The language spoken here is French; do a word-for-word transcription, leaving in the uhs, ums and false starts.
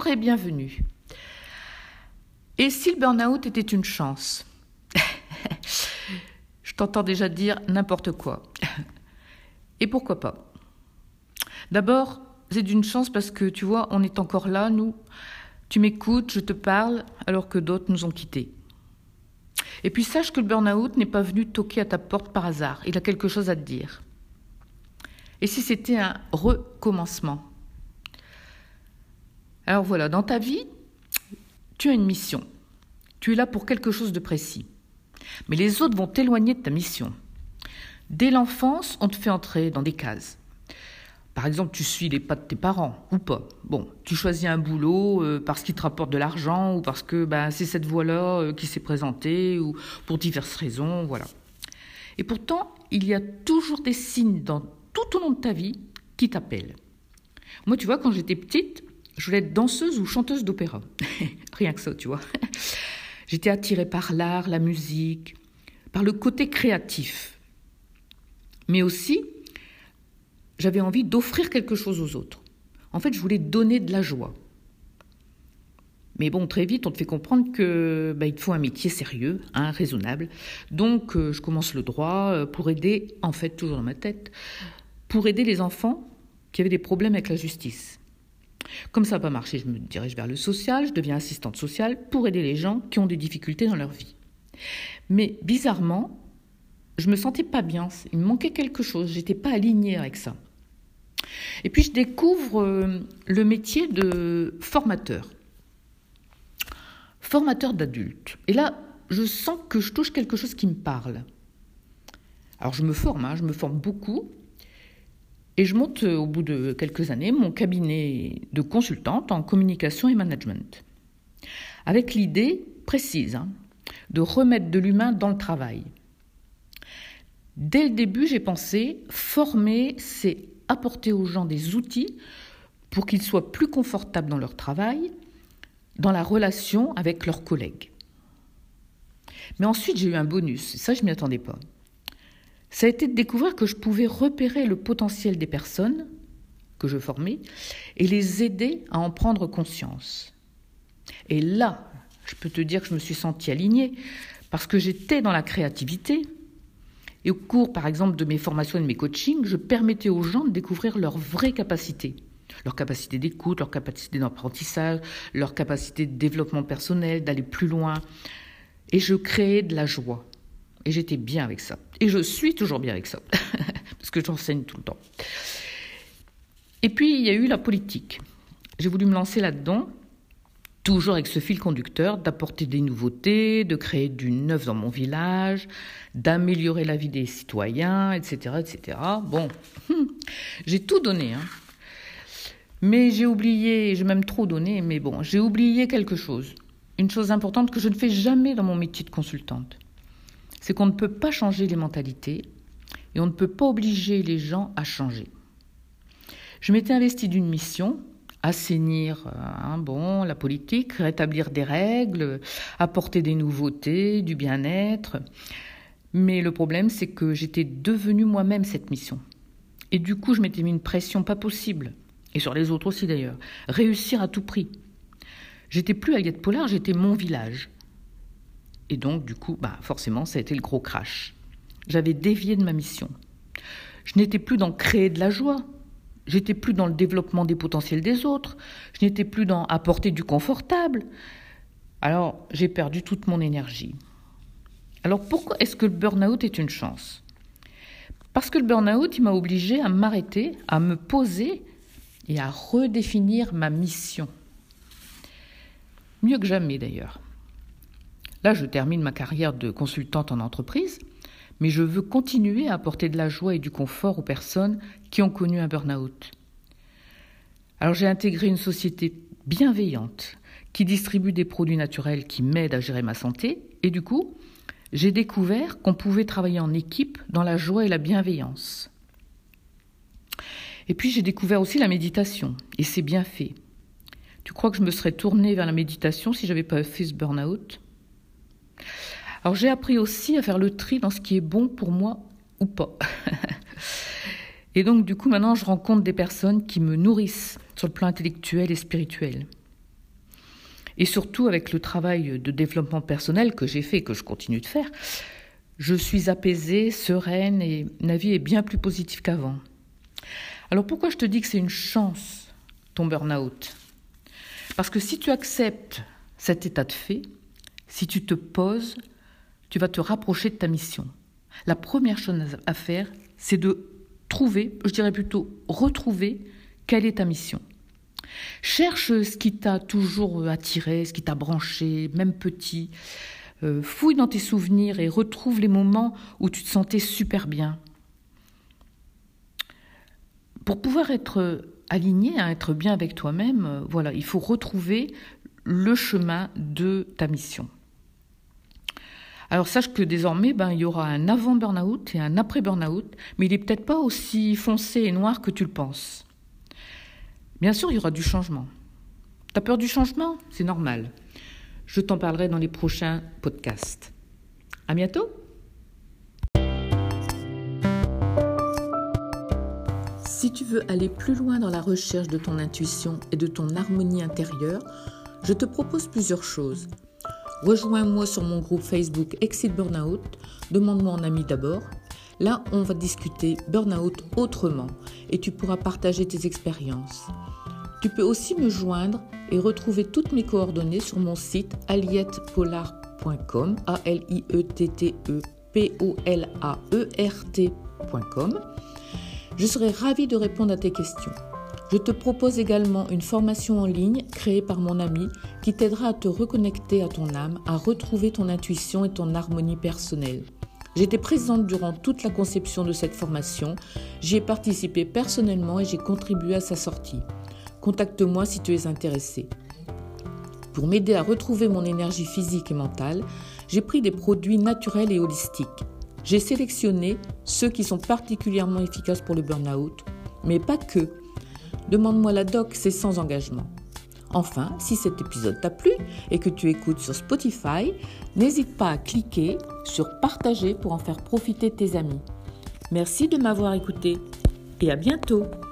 Bonjour et bienvenue. Et si le burn-out était une chance? Je t'entends déjà dire n'importe quoi. Et pourquoi pas? D'abord, c'est d'une chance parce que, tu vois, on est encore là, nous. Tu m'écoutes, je te parle, alors que d'autres nous ont quittés. Et puis sache que le burn-out n'est pas venu toquer à ta porte par hasard. Il a quelque chose à te dire. Et si c'était un recommencement? Alors voilà, dans ta vie, tu as une mission. Tu es là pour quelque chose de précis. Mais les autres vont t'éloigner de ta mission. Dès l'enfance, on te fait entrer dans des cases. Par exemple, tu suis les pas de tes parents, ou pas. Bon, tu choisis un boulot euh, parce qu'il te rapporte de l'argent, ou parce que ben, c'est cette voie-là euh, qui s'est présentée, ou pour diverses raisons, voilà. Et pourtant, il y a toujours des signes dans tout au long de ta vie qui t'appellent. Moi, tu vois, quand j'étais petite, je voulais être danseuse ou chanteuse d'opéra. Rien que ça, tu vois. J'étais attirée par l'art, la musique, par le côté créatif. Mais aussi, j'avais envie d'offrir quelque chose aux autres. En fait, je voulais donner de la joie. Mais bon, très vite, on te fait comprendre que bah, il te faut un métier sérieux, hein, raisonnable. Donc, euh, je commence le droit euh, pour aider, en fait, toujours dans ma tête, pour aider les enfants qui avaient des problèmes avec la justice. Comme ça n'a pas marché, je me dirige vers le social, je deviens assistante sociale pour aider les gens qui ont des difficultés dans leur vie. Mais bizarrement, je me sentais pas bien, il me manquait quelque chose, j'étais pas alignée avec ça. Et puis je découvre euh, le métier de formateur. Formateur d'adultes. Et là, je sens que je touche quelque chose qui me parle. Alors je me forme, hein, je me forme beaucoup. Et je monte au bout de quelques années mon cabinet de consultante en communication et management. Avec l'idée précise hein, de remettre de l'humain dans le travail. Dès le début, j'ai pensé, former, c'est apporter aux gens des outils pour qu'ils soient plus confortables dans leur travail, dans la relation avec leurs collègues. Mais ensuite, j'ai eu un bonus, et ça, je ne m'y attendais pas. Ça a été de découvrir que je pouvais repérer le potentiel des personnes que je formais et les aider à en prendre conscience. Et là, je peux te dire que je me suis sentie alignée parce que j'étais dans la créativité. Et au cours, par exemple, de mes formations et de mes coachings, je permettais aux gens de découvrir leurs vraies capacités. Leur capacité d'écoute, leur capacité d'apprentissage, leur capacité de développement personnel, d'aller plus loin. Et je créais de la joie. Et j'étais bien avec ça. Et je suis toujours bien avec ça, parce que j'enseigne tout le temps. Et puis, il y a eu la politique. J'ai voulu me lancer là-dedans, toujours avec ce fil conducteur, d'apporter des nouveautés, de créer du neuf dans mon village, d'améliorer la vie des citoyens, et cetera, et cetera. Bon, j'ai tout donné, hein. Mais j'ai oublié, j'ai même trop donné, mais bon, j'ai oublié quelque chose. Une chose importante que je ne fais jamais dans mon métier de consultante. C'est qu'on ne peut pas changer les mentalités et on ne peut pas obliger les gens à changer. Je m'étais investie d'une mission, assainir hein, bon, la politique, rétablir des règles, apporter des nouveautés, du bien-être. Mais le problème, c'est que j'étais devenue moi-même cette mission. Et du coup, je m'étais mis une pression pas possible, et sur les autres aussi d'ailleurs, réussir à tout prix. J'étais plus Aliette Pollard, j'étais mon village. Et donc, du coup, bah, forcément, ça a été le gros crash. J'avais dévié de ma mission. Je n'étais plus dans créer de la joie. J'étais plus dans le développement des potentiels des autres. Je n'étais plus dans apporter du confortable. Alors, j'ai perdu toute mon énergie. Alors, pourquoi est-ce que le burn-out est une chance? Parce que le burn-out, il m'a obligée à m'arrêter, à me poser et à redéfinir ma mission. Mieux que jamais, d'ailleurs. Là, je termine ma carrière de consultante en entreprise, mais je veux continuer à apporter de la joie et du confort aux personnes qui ont connu un burn-out. Alors, j'ai intégré une société bienveillante qui distribue des produits naturels qui m'aident à gérer ma santé. Et du coup, j'ai découvert qu'on pouvait travailler en équipe dans la joie et la bienveillance. Et puis, j'ai découvert aussi la méditation, et c'est bien fait. Tu crois que je me serais tournée vers la méditation si je n'avais pas fait ce burn-out ? Alors j'ai appris aussi à faire le tri dans ce qui est bon pour moi ou pas. Et donc du coup maintenant je rencontre des personnes qui me nourrissent sur le plan intellectuel et spirituel. Et surtout avec le travail de développement personnel que j'ai fait et que je continue de faire, je suis apaisée, sereine et ma vie est bien plus positive qu'avant. Alors pourquoi je te dis que c'est une chance, ton burn-out ? Parce que si tu acceptes cet état de fait, si tu te poses, tu vas te rapprocher de ta mission. La première chose à faire, c'est de trouver, je dirais plutôt retrouver, quelle est ta mission. Cherche ce qui t'a toujours attiré, ce qui t'a branché, même petit. Euh, fouille dans tes souvenirs et retrouve les moments où tu te sentais super bien. Pour pouvoir être aligné, hein, être bien avec toi-même, euh, voilà, il faut retrouver le chemin de ta mission. Alors sache que désormais, ben, il y aura un avant burn-out et un après burn-out, mais il n'est peut-être pas aussi foncé et noir que tu le penses. Bien sûr, il y aura du changement. T'as peur du changement ? C'est normal. Je t'en parlerai dans les prochains podcasts. À bientôt. Si tu veux aller plus loin dans la recherche de ton intuition et de ton harmonie intérieure, je te propose plusieurs choses. Rejoins-moi sur mon groupe Facebook Exit Burnout, demande-moi en ami d'abord. Là, on va discuter burn-out autrement et tu pourras partager tes expériences. Tu peux aussi me joindre et retrouver toutes mes coordonnées sur mon site aliette pollard point com, A L I E T T E P O L A E R T point com. Je serai ravie de répondre à tes questions. Je te propose également une formation en ligne créée par mon ami qui t'aidera à te reconnecter à ton âme, à retrouver ton intuition et ton harmonie personnelle. J'étais présente durant toute la conception de cette formation. J'y ai participé personnellement et j'ai contribué à sa sortie. Contacte-moi si tu es intéressé. Pour m'aider à retrouver mon énergie physique et mentale, j'ai pris des produits naturels et holistiques. J'ai sélectionné ceux qui sont particulièrement efficaces pour le burn-out, mais pas que. Demande-moi la doc, c'est sans engagement. Enfin, si cet épisode t'a plu et que tu écoutes sur Spotify, n'hésite pas à cliquer sur partager pour en faire profiter tes amis. Merci de m'avoir écouté et à bientôt.